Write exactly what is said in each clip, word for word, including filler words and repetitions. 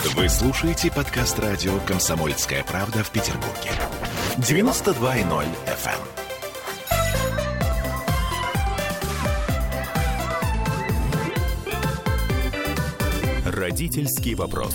Вы слушаете подкаст радио «Комсомольская правда» в Петербурге. девяносто два и ноль эф эм. Родительский вопрос.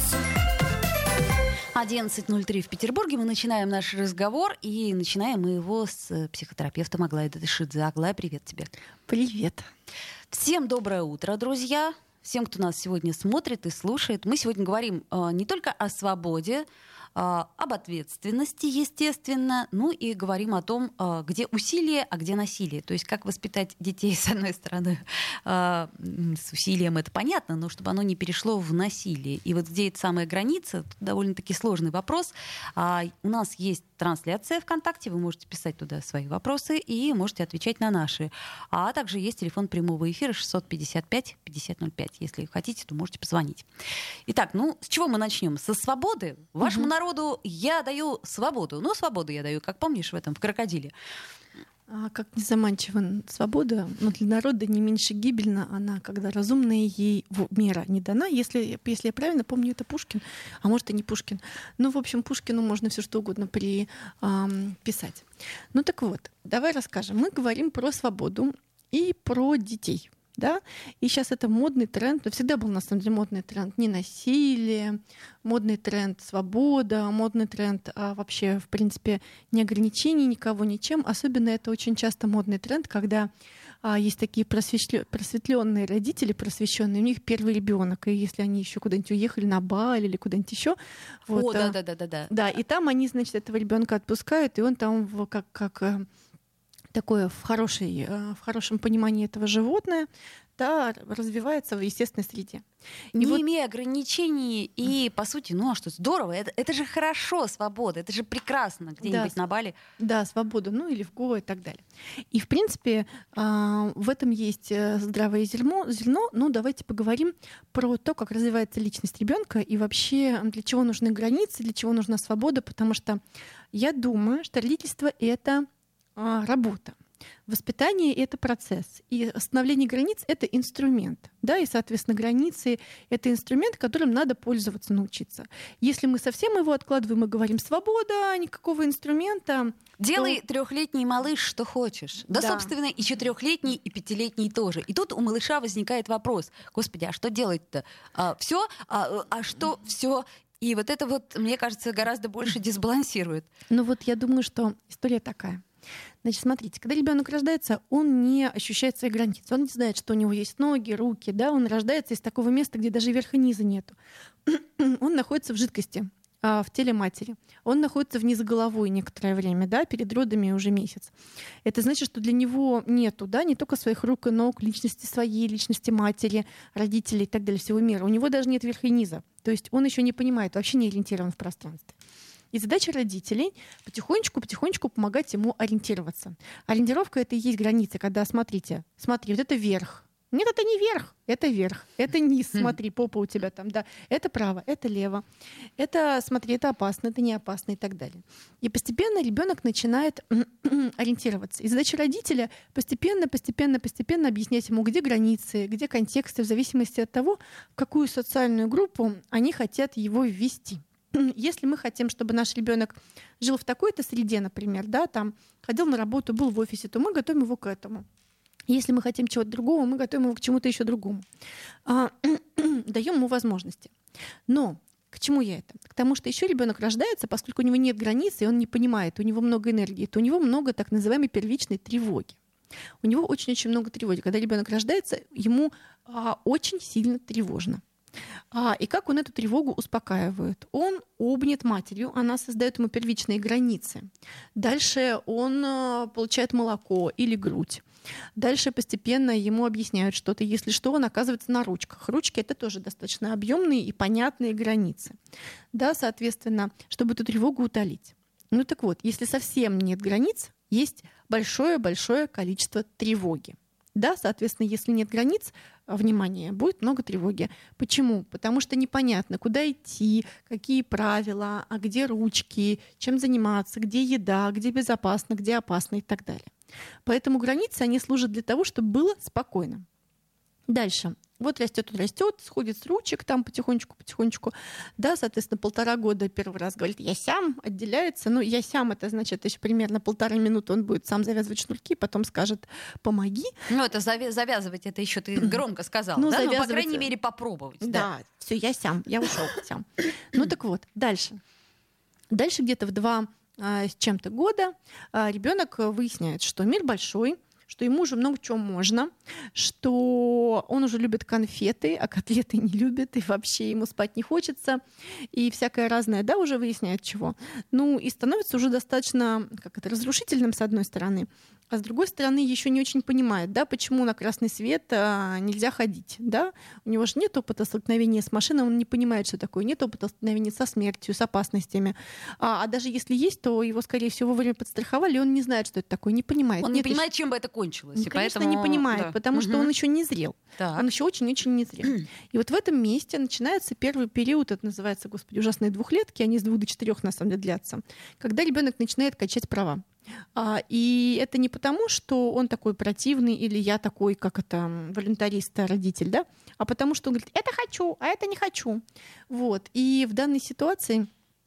одиннадцать ноль три в Петербурге. Мы начинаем наш разговор. И начинаем мы его с психотерапевтом Аглаей Датышидзе. Аглая, привет тебе. Привет. Всем доброе утро, друзья. Всем, кто нас сегодня смотрит и слушает. Мы сегодня говорим э, не только о свободе, э, об ответственности, естественно, ну и говорим о том, э, где усилие, а где насилие. То есть как воспитать детей, с одной стороны, э, с усилием, это понятно, но чтобы оно не перешло в насилие. И вот где эта самая граница, тут довольно-таки сложный вопрос. А, у нас есть трансляция ВКонтакте, вы можете писать туда свои вопросы и можете отвечать на наши. А также есть телефон прямого эфира шестьсот пятьдесят пять пятьдесят ноль пять. Если хотите, то можете позвонить. Итак, ну, с чего мы начнем? Со свободы. Вашему mm-hmm. народу я даю свободу. Ну, свободу я даю, как помнишь в этом, в «Крокодиле». А как не заманчива свобода, но для народа не меньше гибельна она, когда разумная ей мера не дана. Если, если я правильно помню, это Пушкин, а может и не Пушкин. Ну, в общем, Пушкину можно все что угодно приписать. Ну так вот, давай расскажем. Мы говорим про свободу и про детей. Да? И сейчас это модный тренд, но всегда был на самом деле модный тренд не насилие, модный тренд свобода, модный тренд а вообще, в принципе, не ограничений никого ничем. Особенно это очень часто модный тренд, когда а, есть такие просветленные родители, просвещенные, у них первый ребенок, и если они еще куда-нибудь уехали на Бали или куда-нибудь еще, вот, О, да, да, да, да, да. Да, и там они, значит, этого ребенка отпускают, и он там как как такое в, хорошей, в хорошем понимании этого животное, да, развивается в естественной среде. И не вот... имея ограничений, и, по сути, ну а что, здорово, это, это же хорошо, свобода, это же прекрасно, где-нибудь да, на Бали. Да, свобода, ну или в Гоа и так далее. И, в принципе, в этом есть здравое зерно, зерно. Ну, давайте поговорим про то, как развивается личность ребенка и вообще для чего нужны границы, для чего нужна свобода, потому что я думаю, что родительство — это работа. Воспитание — это процесс. И становление границ — это инструмент. Да? И, соответственно, границы — это инструмент, которым надо пользоваться, научиться. Если мы совсем его откладываем и говорим «свобода», никакого инструмента... Делай то... трехлетний малыш, что хочешь. Да, да, собственно, и четырехлетний, и пятилетний тоже. И тут у малыша возникает вопрос. Господи, а что делать-то? А, все? А, а что все? И вот это вот, мне кажется, гораздо больше дисбалансирует. Ну вот я думаю, что история такая. Значит, смотрите, когда ребенок рождается, он не ощущает свои границы. Он не знает, что у него есть ноги, руки. Да? Он рождается из такого места, где даже верха и низа нету. Он находится в жидкости, в теле матери. Он находится вниз головой некоторое время, да, перед родами уже месяц. Это значит, что для него нету, да, не только своих рук и ног, личности своей, личности матери, родителей и так далее, всего мира. У него даже нет верха и низа. То есть он еще не понимает, вообще не ориентирован в пространстве. И задача родителей потихонечку-потихонечку помогать ему ориентироваться. Ориентировка — это и есть границы, когда, смотрите, смотри, вот это верх. Нет, это не верх, это верх, это низ, смотри, попа у тебя там, да, это право, это лево, это, смотри, это опасно, это не опасно и так далее. И постепенно ребенок начинает ориентироваться. И задача родителя постепенно, постепенно, постепенно объяснять ему, где границы, где контексты, в зависимости от того, в какую социальную группу они хотят его ввести. Если мы хотим, чтобы наш ребенок жил в такой-то среде, например, да, там ходил на работу, был в офисе, то мы готовим его к этому. Если мы хотим чего-то другого, мы готовим его к чему-то еще другому. А, даем ему возможности. Но к чему я это? К тому, что еще ребенок рождается, поскольку у него нет границ, и он не понимает, у него много энергии, то у него много так называемой первичной тревоги. У него очень-очень много тревоги. Когда ребенок рождается, ему а, очень сильно тревожно. А, и как он эту тревогу успокаивает? Он обнят матерью, она создает ему первичные границы. Дальше он а, получает молоко или грудь. Дальше постепенно ему объясняют что-то. Если что, он оказывается на ручках. Ручки — это тоже достаточно объемные и понятные границы. Да, соответственно, чтобы эту тревогу утолить. Ну так вот, если совсем нет границ, есть большое-большое количество тревоги. Да, соответственно, если нет границ внимания, будет много тревоги. Почему? Потому что непонятно, куда идти, какие правила, а где ручки, чем заниматься, где еда, где безопасно, где опасно и так далее. Поэтому границы, они служат для того, чтобы было спокойно. Дальше. Вот растет, он растет, сходит с ручек там потихонечку-потихонечку. Да, соответственно, полтора года первый раз говорит «я сям», отделяется. Ну, «я сям» — это значит, еще примерно полторы минуты он будет сам завязывать шнурки, потом скажет «помоги». Ну, это завязывать, это еще ты громко сказал, ну, да? Ну, по крайней мере, попробовать. Да, да. все, я сям, я ушел сям. Ну, так вот, дальше. Дальше где-то в два а, с чем-то года а, ребенок выясняет, что мир большой, что ему уже много чего можно, что он уже любит конфеты, а котлеты не любит, и вообще ему спать не хочется, и всякое разное, да, уже выясняет чего. Ну, и становится уже достаточно, как это, разрушительным, с одной стороны, а с другой стороны еще не очень понимает, да, почему на красный свет а, нельзя ходить, да. У него же нет опыта столкновения с машиной, он не понимает, что такое, нет опыта столкновения со смертью, с опасностями. А, а даже если есть, то его, скорее всего, вовремя подстраховали, и он не знает, что это такое, не понимает. Он нет, не понимает, еще... чем бы это кончилось. Ну, и конечно, поэтому... не понимает, да. потому что угу. он еще не зрел. Так. Он еще очень-очень не зрел. И вот в этом месте начинается первый период, это называется, господи, ужасные двухлетки, они с двух до четырех на самом деле длятся, когда ребенок начинает качать права. А, и это не потому, что он такой противный или я такой, как это, волюнтарист, родитель, да, а потому что он говорит, это хочу, а это не хочу. Вот. И в данной ситуации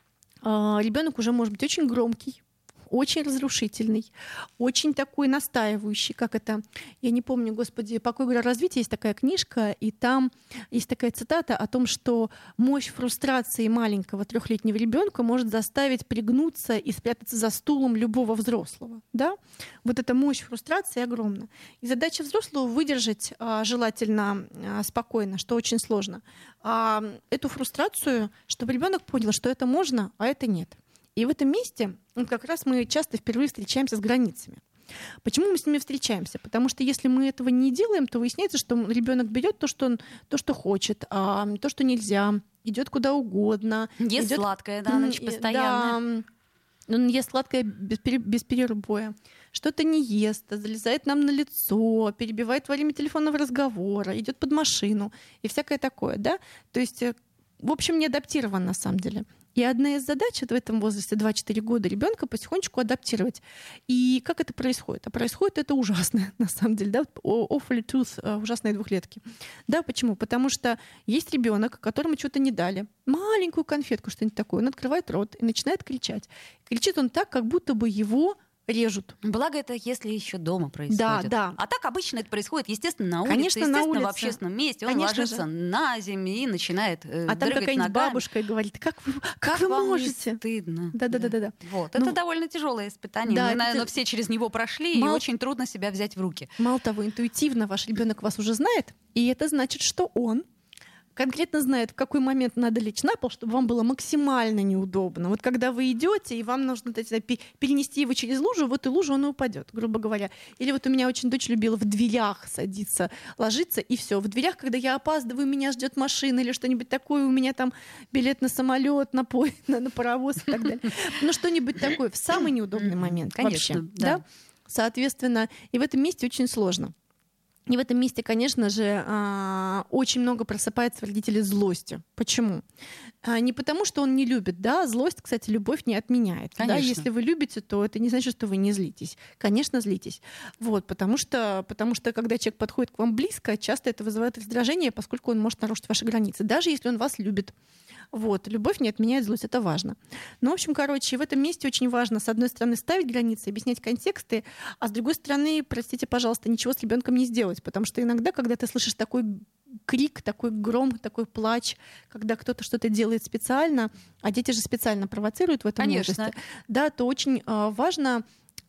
а, ребенок уже может быть очень громкий, очень разрушительный, очень такой настаивающий, как это, я не помню, господи, «Покой, горе, развитие» есть такая книжка, и там есть такая цитата о том, что мощь фрустрации маленького трехлетнего ребенка может заставить пригнуться и спрятаться за стулом любого взрослого. Да? Вот эта мощь фрустрации огромна. И задача взрослого выдержать а, желательно а, спокойно, что очень сложно, а, эту фрустрацию, чтобы ребенок понял, что это можно, а это нет. И в этом месте вот как раз мы часто впервые встречаемся с границами. Почему мы с ними встречаемся? Потому что если мы этого не делаем, то выясняется, что ребенок берет то, что он, то, что хочет, а то, что нельзя, идет куда угодно. Ест идет... сладкое, да, ночь постоянно. Да, он ест сладкое без, пере... без перебоя. Что-то не ест, залезает нам на лицо, перебивает во время телефонного разговора, идет под машину и всякое такое. Да? То есть, в общем, не адаптирован на самом деле. И одна из задач в этом возрасте два-четыре года ребенка потихонечку адаптировать. И как это происходит? А происходит это ужасно, на самом деле, да, awfully truth, ужасные двухлетки. Да, почему? Потому что есть ребенок, которому что-то не дали, маленькую конфетку, что-нибудь такое, он открывает рот и начинает кричать. Кричит он так, как будто бы его режут. Благо это, если еще дома происходит. Да, да. А так обычно это происходит, естественно, на улице, Конечно, естественно, на улице. в общественном месте. Он Конечно ложится же. на землю и начинает э, А там какая-нибудь ногами. бабушка и говорит, как вы, как Как вы вам можете? не стыдно. Да-да-да-да. Вот. Ну, это довольно тяжелое испытание. да, Мы, это наверное, тя- все через него прошли, Мало- и очень трудно себя взять в руки. Мало того, интуитивно ваш ребенок вас уже знает, и это значит, что он конкретно знает, в какой момент надо лечь на пол, чтобы вам было максимально неудобно. Вот когда вы идете, и вам нужно так сказать, пе- перенести его через лужу, вот и лужу он и упадет, грубо говоря. Или вот у меня очень дочь любила в дверях садиться, ложиться, и все. В дверях, когда я опаздываю, меня ждет машина или что-нибудь такое, у меня там билет на самолет, на поезд, на, на паровоз и так далее. Ну, что-нибудь такое в самый неудобный момент. Конечно, вообще. да. Да? Соответственно, и в этом месте очень сложно. И в этом месте, конечно же, а, очень много просыпается в родителей злости. Почему? А, Не потому, что он не любит. Да, злость, кстати, любовь не отменяет. Да, Конечно. если вы любите, то это не значит, что вы не злитесь. Конечно, злитесь. Вот, потому что, потому что, когда человек подходит к вам близко, часто это вызывает раздражение, поскольку он может нарушить ваши границы, даже если он вас любит. Вот. Любовь не отменяет злость, это важно. Ну, в общем, короче, в этом месте очень важно, с одной стороны, ставить границы, объяснять контексты, а с другой стороны, простите, пожалуйста, ничего с ребенком не сделать. Потому что иногда, когда ты слышишь такой крик, такой гром, такой плач, когда кто-то что-то делает специально, а дети же специально провоцируют в этом Конечно. возрасте, да, то очень э, важно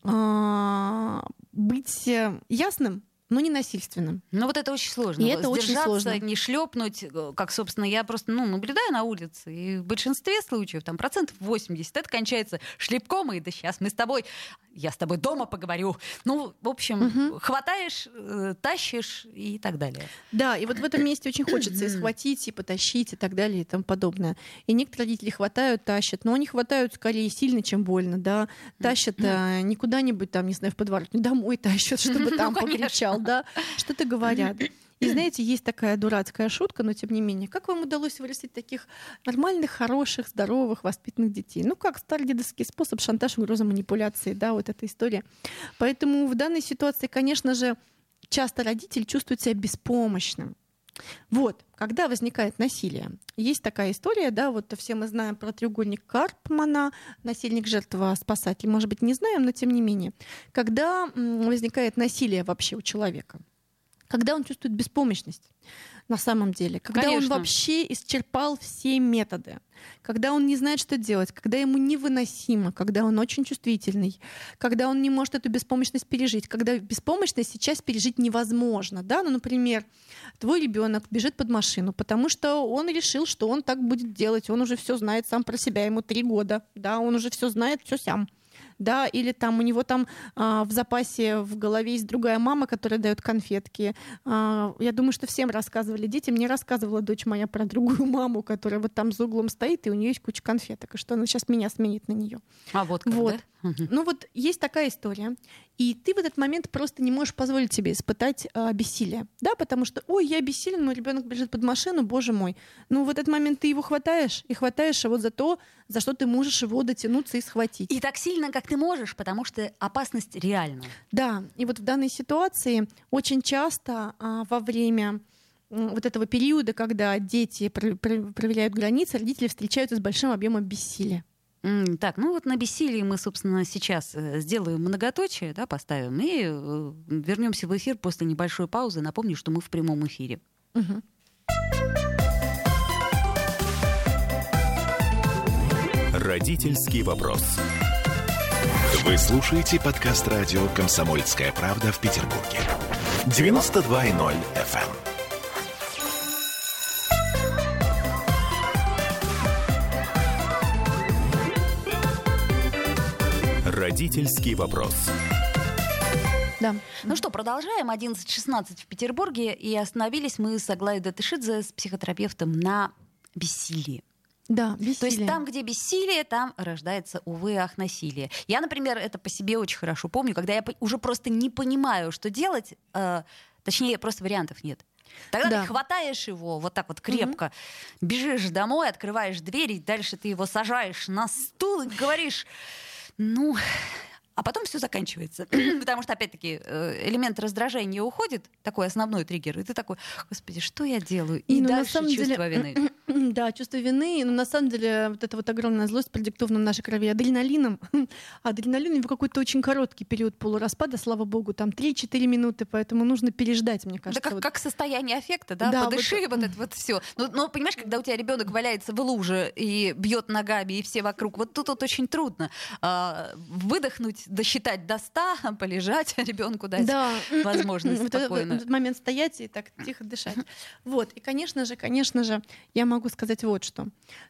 э, быть э, ясным, но не насильственным. Но вот это очень сложно. И это очень Сдержаться, сложно. не шлепнуть, как, собственно, я просто ну, наблюдаю на улице, и в большинстве случаев, там, процентов восемьдесят, это кончается шлепком, и да сейчас мы с тобой, я с тобой дома поговорю. Ну, в общем, Мгм. хватаешь, э, тащишь и так далее. Да, и вот в этом месте очень хочется и схватить, и потащить, и так далее, и тому подобное. И некоторые родители хватают, тащат, но они хватают скорее сильно, чем больно, да. Тащат а, не куда-нибудь там, не знаю, в подворотню, домой тащат, чтобы там Ну, конечно. покричал, да, что-то говорят. И знаете, есть такая дурацкая шутка, но тем не менее. Как вам удалось вырастить таких нормальных, хороших, здоровых, воспитанных детей? Ну, как старый дедовский способ, шантаж, угроза, манипуляции, да, вот эта история. Поэтому в данной ситуации, конечно же, часто родитель чувствует себя беспомощным. Вот, когда возникает насилие, есть такая история, да, вот все мы знаем про треугольник Карпмана, насильник, жертва, спасатель, может быть, не знаем, но тем не менее. Когда возникает насилие вообще у человека, когда он чувствует беспомощность на самом деле, когда Конечно. он вообще исчерпал все методы, когда он не знает, что делать, когда ему невыносимо, когда он очень чувствительный, когда он не может эту беспомощность пережить, когда беспомощность сейчас пережить невозможно. Да? Ну, например, твой ребенок бежит под машину, потому что он решил, что он так будет делать, он уже все знает сам про себя, ему три года, да, он уже все знает, все сам. Да, или там у него там а, в запасе в голове есть другая мама, которая дает конфетки. А, я думаю, что всем рассказывали детям. Мне рассказывала дочь моя про другую маму, которая вот там за углом стоит, и у нее есть куча конфеток, и что она сейчас меня сменит на нее. А вот как, вот. Да? Ну вот есть такая история. И ты в этот момент просто не можешь позволить себе испытать а, бессилие. Да, потому что, ой, я бессилен, мой ребенок бежит под машину, боже мой. Ну в этот момент ты его хватаешь, и хватаешь его за то, за что ты можешь его дотянуться и схватить. И так сильно, как ты можешь, потому что опасность реальна. Да, и вот в данной ситуации очень часто а, во время м, вот этого периода, когда дети пр- пр- проверяют границы, родители встречаются с большим объемом бессилия. М, Так, ну вот на бессилии мы, собственно, сейчас э, сделаем многоточие, да, поставим, и э, вернемся в эфир после небольшой паузы. Напомню, что мы в прямом эфире. Мгм. Родительский вопрос. Вы слушаете подкаст радио «Комсомольская правда» в Петербурге. девяносто два и ноль эф эм. Родительский вопрос. Да. Ну что, продолжаем. одиннадцать шестнадцать в Петербурге. И остановились мы с Аглаей Датышидзе, с психотерапевтом, на бессилии. Да, бессилие. То есть там, где бессилие, там рождается, увы, ах, насилие. Я, например, это по себе очень хорошо помню, когда я по- уже просто не понимаю, что делать, э, точнее, просто вариантов нет. Тогда Да. ты хватаешь его вот так вот крепко, бежишь домой, открываешь дверь, и дальше ты его сажаешь на стул и говоришь, ну... А потом все заканчивается. Потому что, опять-таки, э, элемент раздражения уходит, такой основной триггер, и ты такой, господи, что я делаю? И, И, ну, на дальше самом чувство деле, вины. Да, чувство вины. Но на самом деле вот эта вот огромная злость продиктована в нашей крови адреналином. Адреналин в какой-то очень короткий период полураспада, слава богу, там три-четыре минуты, поэтому нужно переждать, мне Да кажется. как, вот. как состояние аффекта, да? Да, Подыши, вот- вот, это вот все. Но, но понимаешь, когда у тебя ребенок валяется в луже и бьет ногами, и все вокруг, вот тут вот очень трудно а, выдохнуть, досчитать до ста, полежать, ребенку дать Да. возможность Вот этот- спокойно. этот момент стоять и так тихо дышать. Вот. И, конечно же, конечно же, я могу сказать вот что.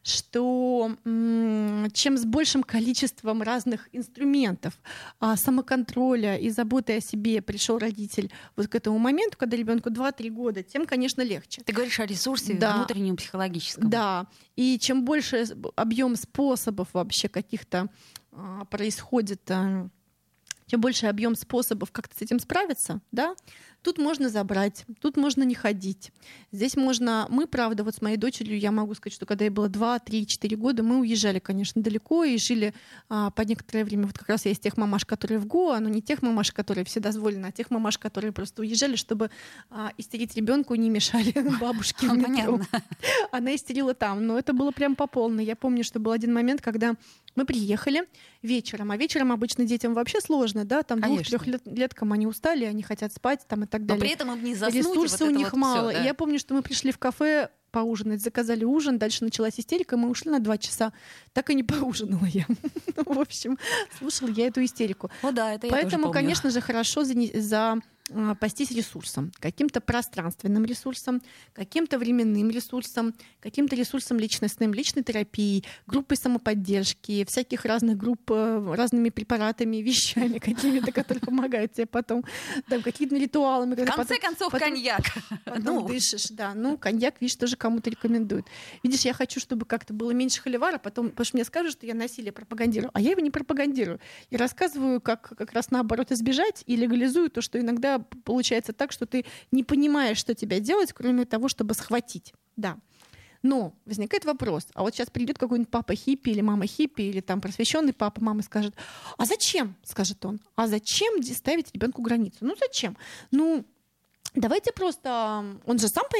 Что м, чем с большим количеством разных инструментов а, самоконтроля и заботы о себе пришел родитель вот к этому моменту, когда ребенку два-три года, тем, конечно, легче. Ты говоришь о ресурсе Да. внутреннем психологическом. Да. И чем больше объем способов вообще каких-то а, происходит, а, чем больше объем способов как-то с этим справиться, да, тут можно забрать, тут можно не ходить. Здесь можно... Мы, правда, вот с моей дочерью, я могу сказать, что когда ей было два, три, четыре года, мы уезжали, конечно, далеко и жили а, по некоторое время. Вот как раз я из тех мамаш, которые в Гоа, но не тех мамаш, которые вседозволены, а тех мамаш, которые просто уезжали, чтобы а, истерить ребенку, не мешали бабушке в метро. Понятно. Она истерила там, но это было прям по полной. Я помню, что был один момент, когда мы приехали вечером, а вечером обычно детям вообще сложно, да, там Конечно. двух-трехлеткам они устали, они хотят спать там и так Но далее. при этом им не заснуть. и Ресурсы вот у это них вот мало. всё, да. И я помню, что мы пришли в кафе поужинать, заказали ужин, дальше началась истерика, мы ушли на два часа. Так и не поужинала я. В общем, слушала я эту истерику. О, да, это я тоже Поэтому, помню. конечно же, хорошо за, за а, пастись ресурсом, каким-то пространственным ресурсом, каким-то временным ресурсом, каким-то ресурсом личностным, личной терапией, группой самоподдержки, всяких разных групп, э, разными препаратами, вещами какими-то, которые помогают тебе потом, там, какими-то ритуалами. В когда конце потом- концов, потом- коньяк. Потом Ну, дышишь, да. Ну, коньяк, видишь, тоже кому-то рекомендуют. Видишь, я хочу, чтобы как-то было меньше холивара, потом, потому что мне скажут, что я насилие пропагандирую, а я его не пропагандирую. Я рассказываю, как как раз наоборот избежать и легализую то, что иногда п- получается так, что ты не понимаешь, что тебе делать, кроме того, чтобы схватить. Да. Но возникает вопрос, а вот сейчас придет какой-нибудь папа хиппи или мама хиппи, или там просвещенный папа, мама скажет, а зачем, скажет он, а зачем д- ставить ребенку границу? Ну зачем? Ну, давайте просто, он же сам поймет.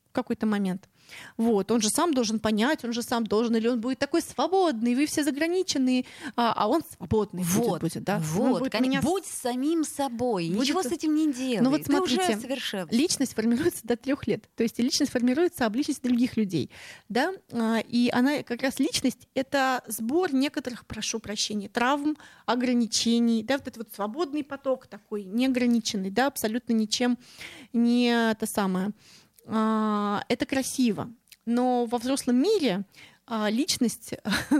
в какой-то момент. Вот, он же сам должен понять, он же сам должен, или он будет такой свободный, вы все заграниченные, а, а он свободный вот, будет, будет, да? Вот, будет конечно, меня... будь самим собой, будет... ничего с этим не делай. Ну вот смотрите, ты уже совершенно... личность формируется до трех лет, то есть личность формируется об личности других людей, да, и она как раз личность — это сбор некоторых, прошу прощения, травм, ограничений, да, вот этот вот свободный поток такой, неограниченный, да, абсолютно ничем не это самое. Это красиво, но во взрослом мире личность,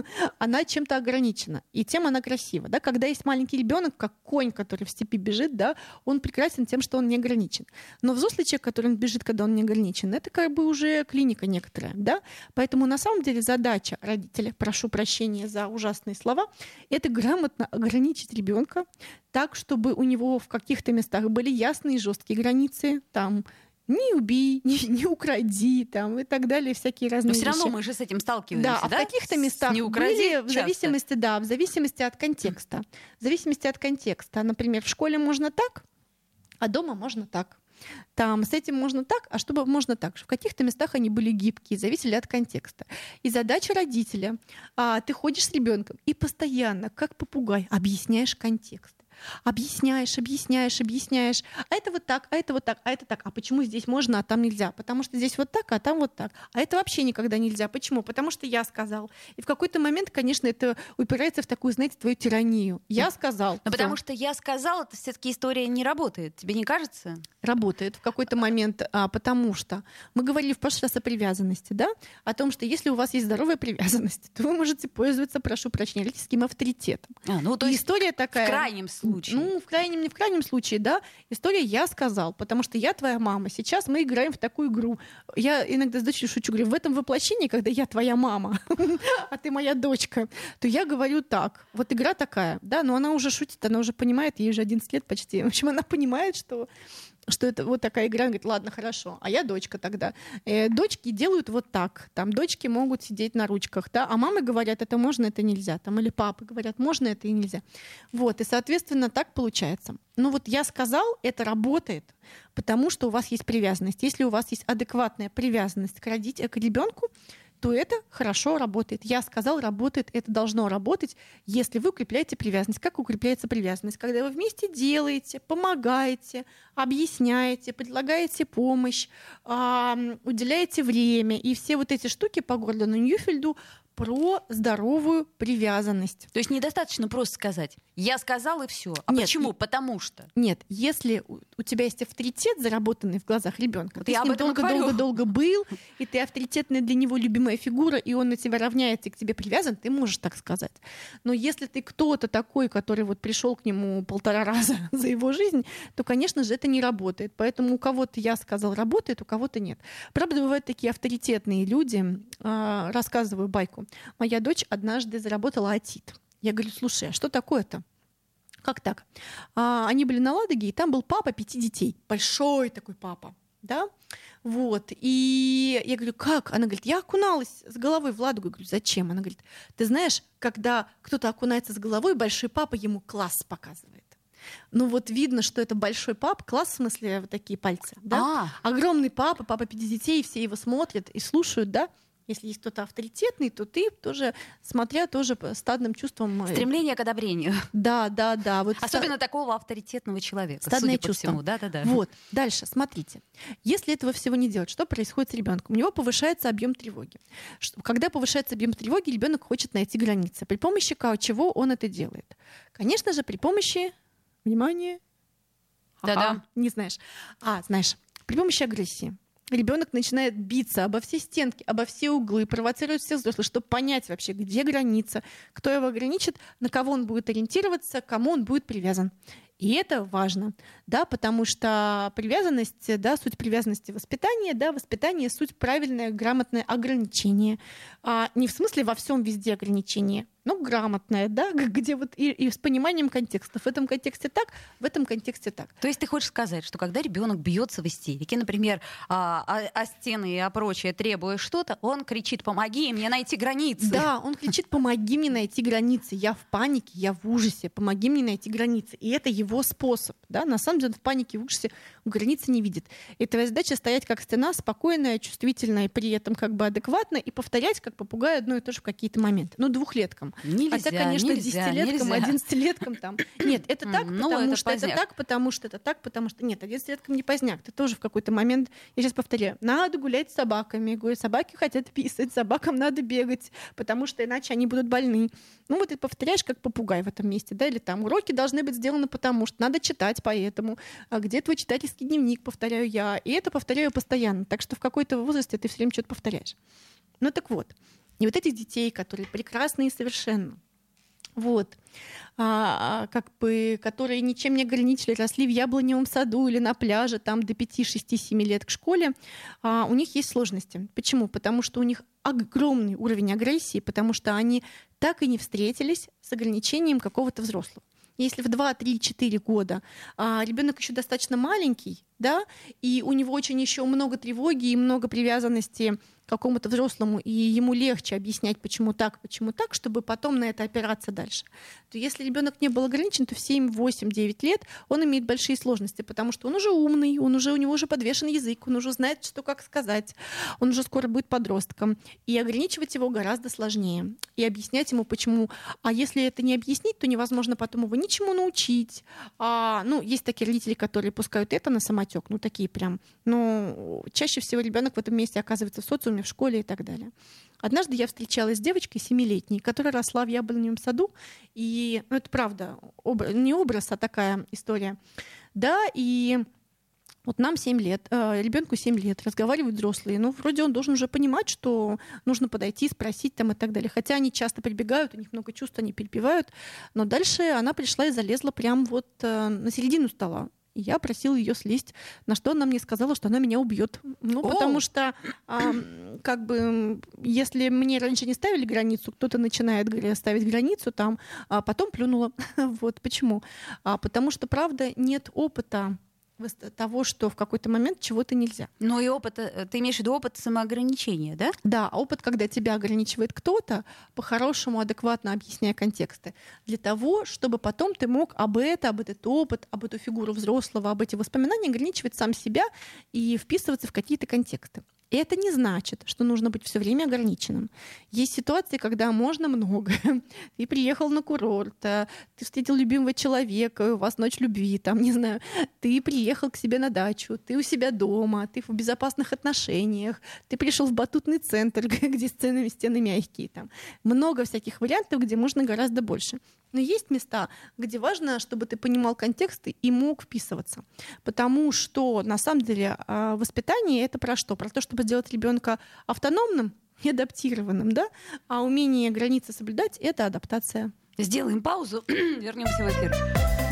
она чем-то ограничена, и тем она красива. Да? Когда есть маленький ребенок, как конь, который в степи бежит, да, он прекрасен тем, что он не ограничен. Но взрослый человек, который он бежит, когда он не ограничен, это как бы уже клиника некоторая. Да? Поэтому на самом деле задача родителя, прошу прощения за ужасные слова, это грамотно ограничить ребенка так, чтобы у него в каких-то местах были ясные и жесткие границы, там, не убей, не, не укради, там, и так далее, всякие разные вещи. Но все равно мы же с этим сталкиваемся, да? Да, а в каких-то местах не укради, были, в зависимости, да, в зависимости от контекста. В зависимости от контекста. Например, в школе можно так, а дома можно так. Там с этим можно так, а чтобы можно так. В каких-то местах они были гибкие, зависели от контекста. И задача родителя: а, ты ходишь с ребенком и постоянно, как попугай, объясняешь контекст. Объясняешь, объясняешь, объясняешь. А это вот так, а это вот так, а это так. А почему здесь можно, а там нельзя? Потому что здесь вот так, а там вот так. А это вообще никогда нельзя. Почему? Потому что я сказал. И в какой-то момент, конечно, это упирается в такую, знаете, твою тиранию. Я сказал. Но потому что я сказал, это все-таки история не работает. Тебе не кажется? Работает в какой-то момент, а, потому что мы говорили в прошлый раз о привязанности, да? О том, что если у вас есть здоровая привязанность, то вы можете пользоваться, прошу прощения, родительским авторитетом. А, ну, то и есть история такая. В крайнем случае. Ну, в крайнем, не в крайнем случае, да. История «я сказал», потому что я твоя мама. Сейчас мы играем в такую игру. Я иногда с дочерью шучу, говорю, в этом воплощении, когда я твоя мама, а ты моя дочка, то я говорю так. Вот игра такая, да, но она уже шутит, она уже понимает, ей уже одиннадцать лет почти. В общем, она понимает, что что это вот такая игра, она говорит, ладно, хорошо, а я дочка тогда. Э, дочки делают вот так, там дочки могут сидеть на ручках, да, а мамы говорят, это можно, это нельзя, там, или папы говорят, можно, это и нельзя. Вот, и, соответственно, так получается. Ну вот я сказал, это работает, потому что у вас есть привязанность. Если у вас есть адекватная привязанность к родителю, к ребенку, то это хорошо работает. Я сказал, работает, это должно работать, если вы укрепляете привязанность. Как укрепляется привязанность? Когда вы вместе делаете, помогаете, объясняете, предлагаете помощь, уделяете время. И все вот эти штуки по Гордону Ньюфельду про здоровую привязанность. То есть недостаточно просто сказать «я сказал» и все. А Нет, почему? и... Потому что. Нет, если у, у тебя есть авторитет, заработанный в глазах ребенка, вот ты я с ним долго-долго-долго был, и ты авторитетная для него любимая фигура, и он на тебя равняется и к тебе привязан, ты можешь так сказать. Но если ты кто-то такой, который вот пришел к нему полтора раза за его жизнь, то, конечно же, это не работает. Поэтому у кого-то «я сказал» работает, у кого-то нет. Правда, бывают такие авторитетные люди. Рассказываю байку. Моя дочь однажды заработала отит. Я говорю, слушай, а что такое-то? Как так? А, они были на Ладоге, и там был папа пяти детей. Большой такой папа. Да? Вот. И я говорю, как? Она говорит, я окуналась с головой в Ладогу. Я говорю, зачем? Она говорит, ты знаешь, когда кто-то окунается с головой, большой папа ему класс показывает. Ну вот видно, что это большой папа, класс в смысле вот такие пальцы. Да? А. Огромный папа, папа пяти детей, все его смотрят и слушают, да? Если есть кто-то авторитетный, то ты тоже, смотря тоже стадным чувством... Стремление к одобрению. Да, да, да. Вот особенно ста... такого авторитетного человека. Стадное судя чувство. По всему. Да, да, да. Вот. Дальше, смотрите. Если этого всего не делать, что происходит с ребенком? У него повышается объем тревоги. Когда повышается объем тревоги, ребенок хочет найти границы. При помощи чего он это делает? Конечно же, при помощи... Внимание. Да-да. Ага, не знаешь. А, знаешь, при помощи агрессии. Ребенок начинает биться обо все стенки, обо все углы, провоцирует всех взрослых, чтобы понять вообще, где граница, кто его ограничит, на кого он будет ориентироваться, к кому он будет привязан. И это важно, да, потому что привязанность, да, суть привязанности воспитания, да, воспитание — суть правильное, грамотное ограничение. А не в смысле во всем везде ограничение, но грамотное, да, где вот и, и с пониманием контекста. В этом контексте так, в этом контексте так. То есть ты хочешь сказать, что когда ребенок бьется в истерике, например, о, о, о стены и о прочее, требуя что-то, он кричит: «Помоги мне найти границы». Да, он кричит: «Помоги мне найти границы. Я в панике, я в ужасе. Помоги мне найти границы». И это его его способ. Да? На самом деле он в панике, в ужасе границы не видит. И твоя задача стоять как стена, спокойная, чувствительная, при этом как бы адекватно, и повторять как попугай одно и то же в какие-то моменты. Ну, двухлеткам. Нельзя, Хотя, конечно, нельзя, десятилеткам, нельзя. одиннадцатилеткам там. Нет, это так, Ну, потому это что это поздняк. так, потому что это так, потому что... Нет, одиннадцатилеткам не поздняк. Ты тоже в какой-то момент... Я сейчас повторяю. Надо гулять с собаками. Говорю, собаки хотят писать, собакам надо бегать, потому что иначе они будут больны. Ну, вот ты повторяешь как попугай в этом месте, да, или там уроки должны быть сделаны потому, что надо читать поэтому. А где твой читательский дневник, повторяю я. И это повторяю постоянно. Так что в какой-то возрасте ты все время что-то повторяешь. Ну так вот. И вот этих детей, которые прекрасные совершенно, вот, а, как бы, которые ничем не ограничили, росли в яблоневом саду или на пляже там до пяти, шести, семи лет к школе, а, у них есть сложности. Почему? Потому что у них огромный уровень агрессии, потому что они так и не встретились с ограничением какого-то взрослого. Если в два, три, четыре года а, ребенок еще достаточно маленький, да, и у него очень еще много тревоги и много привязанности к какому-то взрослому, и ему легче объяснять, почему так, почему так, чтобы потом на это опираться дальше, то если ребенок не был ограничен, то в семь, восемь, девять лет он имеет большие сложности, потому что он уже умный, он уже, у него уже подвешен язык, он уже знает, что как сказать, он уже скоро будет подростком, и ограничивать его гораздо сложнее, и объяснять ему, почему. А если это не объяснить, то невозможно потом его ничему научить. А, ну, есть такие родители, которые пускают это на самотек, ну, такие прям. Но чаще всего ребенок в этом месте оказывается в социуме, в школе и так далее. Однажды я встречалась с девочкой семилетней, которая росла в яблоневом саду, и, ну, это правда, образ, не образ, а такая история. Да, и вот нам семь лет, э, ребенку семь лет, разговаривают взрослые, ну, вроде он должен уже понимать, что нужно подойти, спросить там и так далее. Хотя они часто прибегают, у них много чувств, они перепевают, но дальше она пришла и залезла прямо вот э, на середину стола. И я просила ее слезть, на что она мне сказала, что она меня убьет. Ну, О! потому что, а, как бы, если мне раньше не ставили границу, кто-то начинает говоря, ставить границу там, а потом плюнула. Вот почему? А, потому что, правда, нет опыта того, что в какой-то момент чего-то нельзя. Ну и опыт, э, ты имеешь в виду опыт самоограничения, да? Да, опыт, когда тебя ограничивает кто-то, по-хорошему, адекватно объясняя контексты, для того, чтобы потом ты мог об это, об этот опыт, об эту фигуру взрослого, об эти воспоминания ограничивать сам себя и вписываться в какие-то контексты. И это не значит, что нужно быть все время ограниченным. Есть ситуации, когда можно много. Ты приехал на курорт, ты встретил любимого человека, у вас ночь любви, там, не знаю, ты приехал к себе на дачу, ты у себя дома, ты в безопасных отношениях, ты пришел в батутный центр, где сцены, стены мягкие. Там. Много всяких вариантов, где можно гораздо больше. Но есть места, где важно, чтобы ты понимал контексты и мог вписываться. Потому что, на самом деле, воспитание — это про что? Про то, чтобы сделать ребенка автономным и адаптированным, да? А умение границы соблюдать — это адаптация. Сделаем паузу, вернемся в эфир.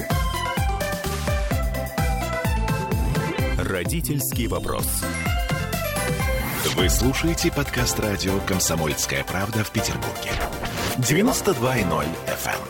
Родительский вопрос. Вы слушаете подкаст радио «Комсомольская правда» в Петербурге. девяносто два и ноль эф эм.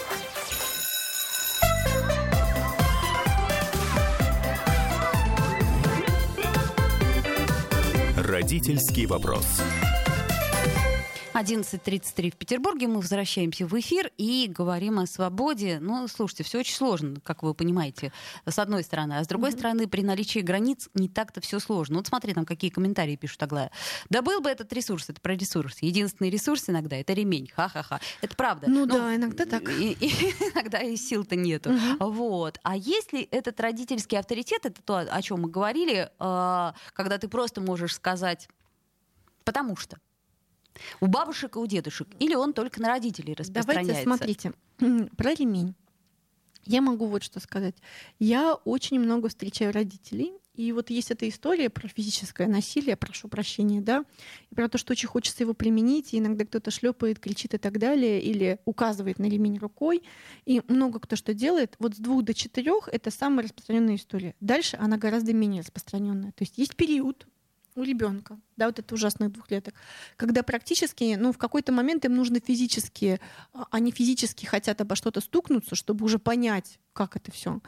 Родительский вопрос. одиннадцать тридцать три в Петербурге. Мы возвращаемся в эфир и говорим о свободе. Ну, слушайте, все очень сложно, как вы понимаете, с одной стороны. А с другой mm-hmm. стороны, при наличии границ не так-то все сложно. Вот смотри, там какие комментарии пишут, Аглая. Да был бы этот ресурс, это про ресурс. Единственный ресурс иногда — это ремень. Ха-ха-ха. Это правда. Ну, ну да, иногда так. И, и, иногда и сил-то нету. Mm-hmm. Вот. А если этот родительский авторитет, это то, о чем мы говорили, э, когда ты просто можешь сказать «потому что». У бабушек и у дедушек? Или он только на родителей распространяется? Давайте, смотрите, про ремень. Я могу вот что сказать. Я очень много встречаю родителей, и вот есть эта история про физическое насилие, прошу прощения, да, и про то, что очень хочется его применить, и иногда кто-то шлепает, кричит и так далее, или указывает на ремень рукой, и много кто что делает. Вот с двух до четырех это самая распространенная история. Дальше она гораздо менее распространенная. То есть есть период, у ребенка, да, вот это ужасных двухлеток, когда практически, ну, в какой-то момент им нужно физически, они физически хотят обо что-то стукнуться, чтобы уже понять, как это все.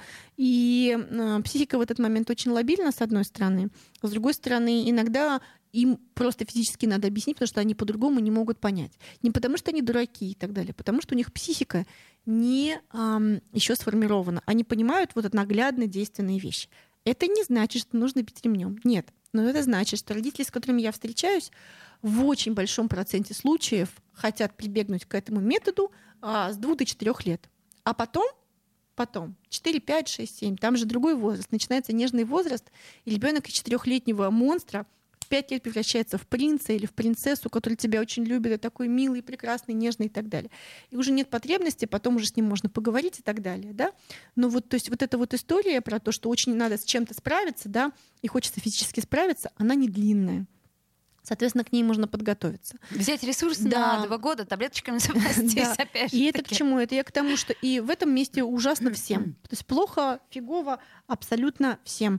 И э, психика в этот момент очень лобильна, с одной стороны, с другой стороны, иногда им просто физически надо объяснить, потому что они по-другому не могут понять. Не потому что они дураки и так далее, потому что у них психика не эм, еще сформирована. Они понимают вот это наглядно действенные вещи. Это не значит, что нужно бить ремнем. Нет. Но это значит, что родители, с которыми я встречаюсь, в очень большом проценте случаев хотят прибегнуть к этому методу а, с двух до четырёх лет. А потом, потом четыре, пять, шесть, семь, там же другой возраст. Начинается нежный возраст, и ребенок из четырехлетнего монстра в пять лет превращается в принца или в принцессу, который тебя очень любит, и такой милый, прекрасный, нежный и так далее. И уже нет потребности, потом уже с ним можно поговорить и так далее. Да? Но вот, то есть вот эта вот история про то, что очень надо с чем-то справиться, да, и хочется физически справиться, она не длинная. Соответственно, к ней можно подготовиться. Взять ресурс да. на два года, таблеточками запастись, да. опять же. И это к чему? Это я к тому, что и в этом месте ужасно всем. То есть плохо, фигово абсолютно всем.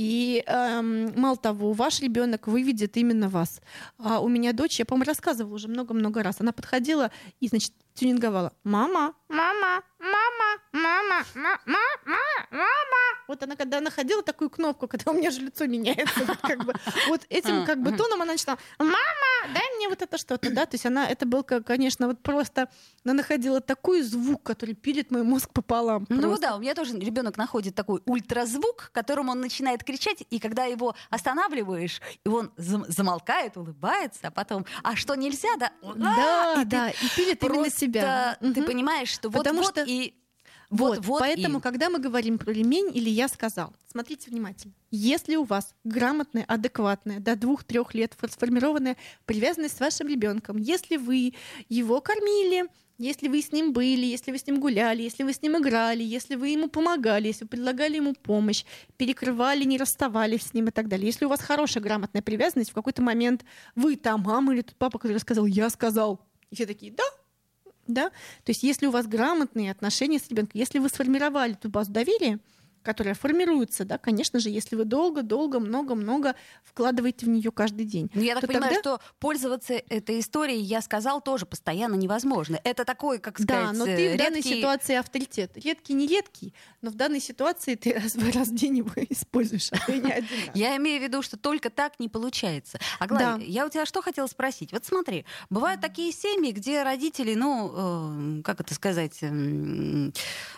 И эм, мало того, ваш ребенок выведет именно вас. А у меня дочь, я, по-моему, рассказывала уже много-много раз, она подходила и, значит, тюнинговала. Мама, мама, мама, мама, мама, мама. Вот она, когда находила такую кнопку, когда у меня же лицо меняется, вот, как бы, вот этим как бы тоном она начинала: мама, дай мне вот это что-то, да, то есть она, это был, конечно, вот просто, она находила такой звук, который пилит мой мозг пополам. Ну просто. да, у меня тоже ребенок находит такой ультразвук, которым он начинает кричать, и когда его останавливаешь, и он зам- замолкает, улыбается, а потом, а что нельзя, да? Да, и да, и пилит именно себя. Ты Мгм. понимаешь, что Потому вот-вот что- и... Вот, Вот, вот поэтому, и. когда мы говорим про ремень, или я сказал, смотрите внимательно. Если у вас грамотная, адекватная, до двух-трех лет сформированная привязанность с вашим ребенком, если вы его кормили, если вы с ним были, если вы с ним гуляли, если вы с ним играли, если вы ему помогали, если вы предлагали ему помощь, перекрывали, не расставались с ним и так далее. Если у вас хорошая, грамотная привязанность, в какой-то момент вы та мама или тот папа, который сказал: я сказал. И все такие: да. Да? То есть если у вас грамотные отношения с ребенком, если вы сформировали ту базу доверия, которая формируется, да, конечно же, если вы долго-долго, много-много вкладываете в нее каждый день. Ну, я так то понимаю, тогда... что пользоваться этой историей, я сказал, тоже постоянно невозможно. Это такой, как сказать, Да, но ты в данной редкий... ситуации авторитет. Редкий, не редкий, но в данной ситуации ты раз в раз в день его используешь, а ты не один раз. Я имею в виду, что только так не получается. А Главное, Да. я у тебя что хотела спросить? Вот смотри, бывают такие семьи, где родители, ну, э, как это сказать, э,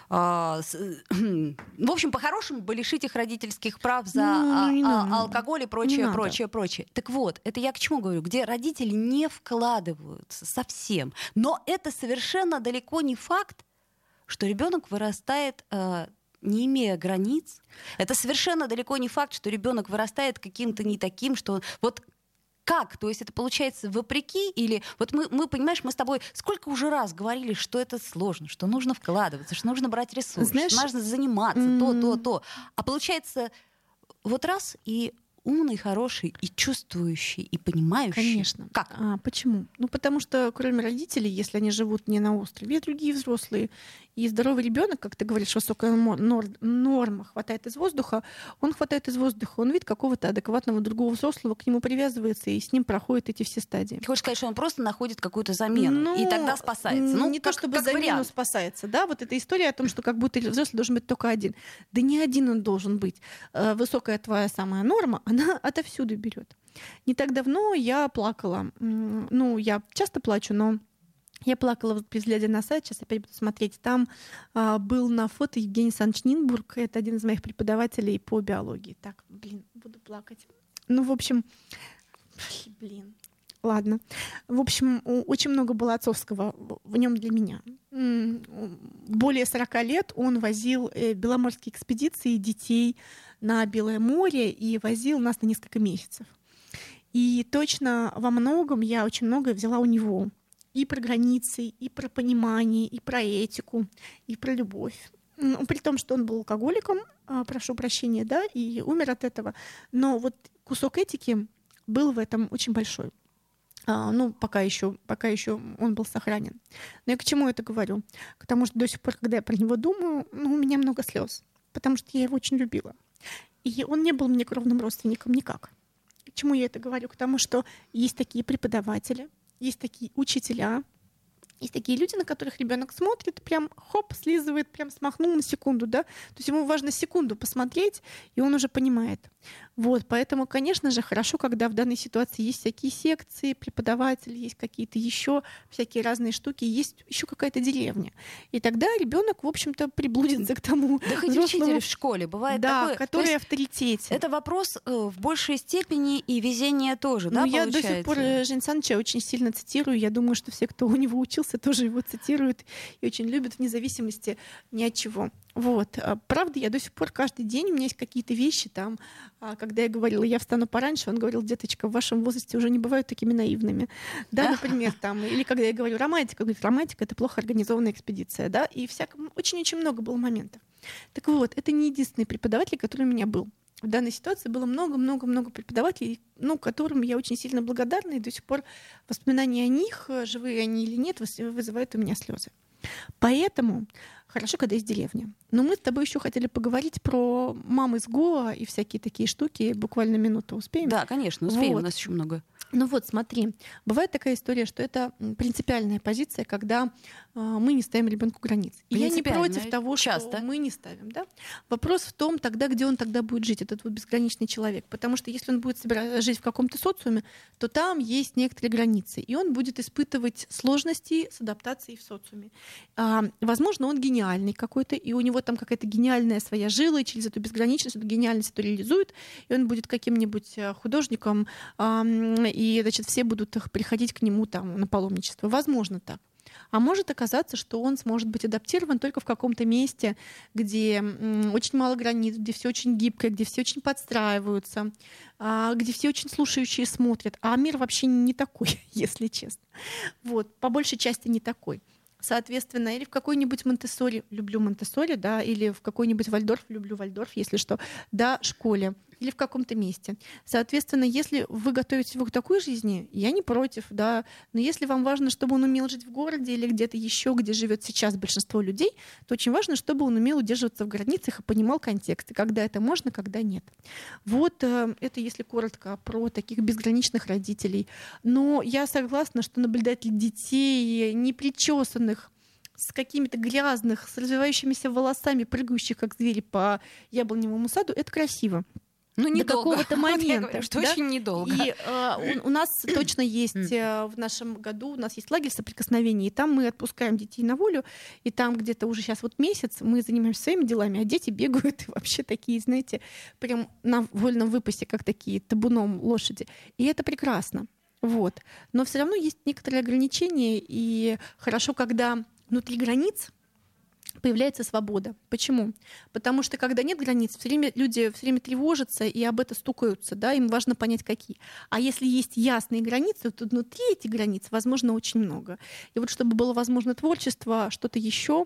э, с, э, в общем, по-хорошему бы лишить их родительских прав за Ну, а, не а, надо. алкоголь и Не прочее, надо. прочее, прочее. Так вот, это я к чему говорю? Где родители не вкладываются совсем. Но это совершенно далеко не факт, что ребенок вырастает, э, не имея границ. Это совершенно далеко не факт, что ребенок вырастает каким-то не таким, что вот как? То есть это получается вопреки? Или вот мы, мы, понимаешь, мы с тобой сколько уже раз говорили, что это сложно, что нужно вкладываться, что нужно брать ресурсы, Знаешь, что нужно заниматься, м- то, то, то. А получается вот раз и умный, хороший, и чувствующий, и понимающий. Конечно. Как? А, почему? Ну, потому что кроме родителей, если они живут не на острове, есть другие взрослые. И здоровый ребенок, как ты говоришь, высокая мо- нор- норма хватает из воздуха, он хватает из воздуха, он видит какого-то адекватного другого взрослого, к нему привязывается, и с ним проходят эти все стадии. Ты хочешь сказать, что он просто находит какую-то замену, и Ну, тогда спасается? Ну, не как, то чтобы как замену вариант. спасается, да, вот эта история о том, что как будто взрослый должен быть только один. Да не один он должен быть. Э, Высокая твоя самая норма, она отовсюду берет. Не так давно я плакала. М, Ну, я часто плачу, но я плакала, вот, глядя на сайт, сейчас опять буду смотреть. Там а, был на фото Евгений Александрович Нинбург, это один из моих преподавателей по биологии. Так, блин, буду плакать. Ну, в общем, блин. Ладно. В общем, у- очень много было отцовского в- в нем для меня. М, Более сорока лет он возил э, беломорские экспедиции детей на Белое море и возил нас на несколько месяцев. И точно во многом я очень многое взяла у него. И про границы, и про понимание, и про этику, и про любовь. М, При том, что он был алкоголиком, а, прошу прощения, да, и умер от этого. Но вот кусок этики был в этом очень большой. А, ну, пока еще, пока еще он был сохранен. Но я к чему это говорю? К тому, что до сих пор, когда я про него думаю, ну, у меня много слез, потому что я его очень любила. И он не был мне кровным родственником никак. Почему я это говорю? Потому что есть такие преподаватели, есть такие учителя, есть такие люди, на которых ребенок смотрит, прям хоп, слизывает, прям смахнул на секунду, да. То есть ему важно секунду посмотреть, и он уже понимает. Вот, поэтому, конечно же, хорошо, когда в данной ситуации есть всякие секции, преподаватели, есть какие-то еще всякие разные штуки, есть еще какая-то деревня. И тогда ребенок, в общем-то, приблудится к тому Да хоть взрослому, учитель в школе бывает да, такое. который То есть авторитет. это вопрос э, в большей степени и везения тоже, да, Ну, я получается? до сих пор э, Жень Саныча очень сильно цитирую. Я думаю, что все, кто у него учился, тоже его цитируют и очень любят вне зависимости ни от чего. Вот. Правда, я до сих пор каждый день, у меня есть какие-то вещи там, когда я говорила, я встану пораньше, он говорил, деточка, в вашем возрасте уже не бывают такими наивными. Да, например, там, или когда я говорю романтика, он говорит, романтика — это плохо организованная экспедиция, да, и всяком, очень-очень много было моментов. Так вот, это не единственный преподаватель, который у меня был. В данной ситуации было много-много-много преподавателей, ну, которым я очень сильно благодарна, и до сих пор воспоминания о них, живые они или нет, вызывают у меня слезы. Поэтому хорошо, когда есть деревня. Но мы с тобой еще хотели поговорить про мам из Гоа и всякие такие штуки. Буквально минуту успеем? Да, конечно, успеем, вот. У нас еще много. Ну вот, смотри, бывает такая история, что это принципиальная позиция, когда э, мы не ставим ребенку границ. И я не против того, часто. что мы не ставим. Да? Вопрос в том, тогда, где он тогда будет жить, этот вот безграничный человек. Потому что если он будет собира- жить в каком-то социуме, то там есть некоторые границы. И он будет испытывать сложности с адаптацией в социуме. А, возможно, он гениальный какой-то, и у него там какая-то гениальная своя жила, и через эту безграничность, эту гениальность эту реализует, и он будет каким-нибудь художником, а, и, значит, все будут приходить к нему там на паломничество. Возможно так. А может оказаться, что он сможет быть адаптирован только в каком-то месте, где м, очень мало границ, где все очень гибкое, где все очень подстраиваются, а, где все очень слушающие смотрят. А мир вообще не такой, если честно. Вот, по большей части не такой. Соответственно, или в какой-нибудь Монтессори, люблю Монтессори, да, или в какой-нибудь Вальдорф, люблю Вальдорф, если что, да, школе, или в каком-то месте. Соответственно, если вы готовите его к такой жизни, я не против, да, но если вам важно, чтобы он умел жить в городе или где-то еще, где живет сейчас большинство людей, то очень важно, чтобы он умел удерживаться в границах и понимал контексты, когда это можно, когда нет. Вот э, это, если коротко, про таких безграничных родителей. Но я согласна, что наблюдатель детей непричесанных, с какими-то грязных, с развивающимися волосами, прыгающих, как звери по яблоневому саду, это красиво. Ну, До какого-то момента. Говорю, что да? очень недолго. И э, у, у нас точно есть э, в нашем году, у нас есть лагерь соприкосновений, и там мы отпускаем детей на волю, и там где-то уже сейчас вот месяц мы занимаемся своими делами, а дети бегают и вообще такие, знаете, прям на вольном выпасе, как такие табуном лошади. И это прекрасно. Вот. Но все равно есть некоторые ограничения, и хорошо, когда внутри границ появляется свобода. Почему? Потому что когда нет границ, все время люди все время тревожатся и об этом стукаются, да, им важно понять, какие. А если есть ясные границы, то внутри этих границ возможно очень много. И вот чтобы было возможно творчество, что-то еще,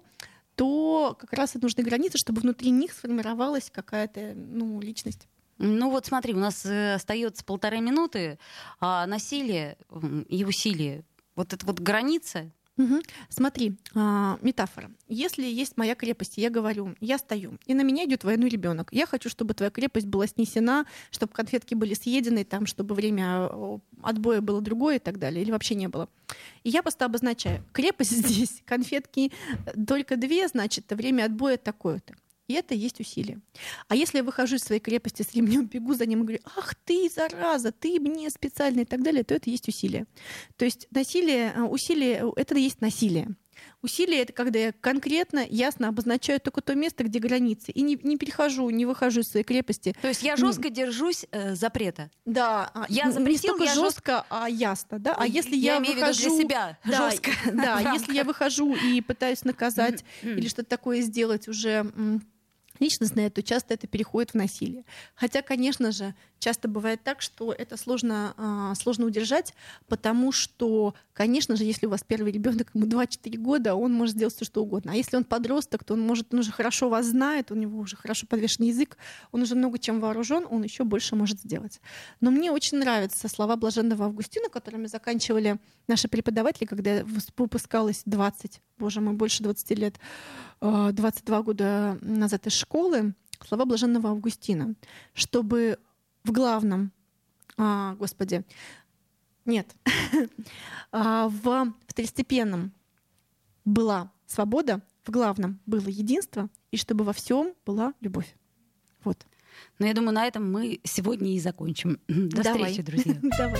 то как раз и нужны границы, чтобы внутри них сформировалась какая-то, ну, личность. Ну вот смотри, у нас э, остается полторы минуты, а насилие и усилие, вот эта вот граница. Угу. Смотри, а, метафора. Если есть моя крепость, я говорю, я стою, и на меня идет двойной ребенок. Я хочу, чтобы твоя крепость была снесена, чтобы конфетки были съедены, там, чтобы время отбоя было другое и так далее, или вообще не было. И я просто обозначаю, крепость здесь, конфетки только две, значит, время отбоя такое-то. И это есть усилие. А если я выхожу из своей крепости с ремнем, бегу за ним и говорю, ах ты, зараза, ты мне специально и так далее, то это есть усилие. То есть насилие, усилие — это и есть насилие. Усилие — это когда я конкретно, ясно обозначаю только то место, где границы, и не, не перехожу, не выхожу из своей крепости. То есть я жестко держусь э, запрета. Да, я запретил, не столько я жестко, а ясно, да. А если я, я имею выхожу, в виду для себя да, жестко, да, если я выхожу и пытаюсь наказать или что-то такое сделать уже личностное, то часто это переходит в насилие. Хотя, конечно же, часто бывает так, что это сложно, сложно удержать, потому что, конечно же, если у вас первый ребенок, ему два-четыре года, он может сделать все, что угодно. А если он подросток, то он может, он уже хорошо вас знает, у него уже хорошо подвешен язык, он уже много чем вооружен, он еще больше может сделать. Но мне очень нравятся слова блаженного Августина, которыми заканчивали наши преподаватели, когда выпускалось двадцать, боже мой, больше двадцати лет, двадцать два года назад из школы, слова блаженного Августина, чтобы в главном а, господи, нет, а, в второстепенном была свобода, в главном было единство, и чтобы во всем была любовь. Вот. Но я думаю, на этом мы сегодня и закончим. До Давай. встречи, друзья. Давай.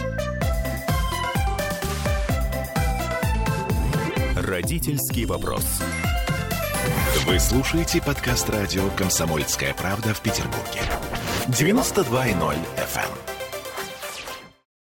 Родительский вопрос. Вы слушаете подкаст радио «Комсомольская правда» в Петербурге. девяносто два и ноль эф эм.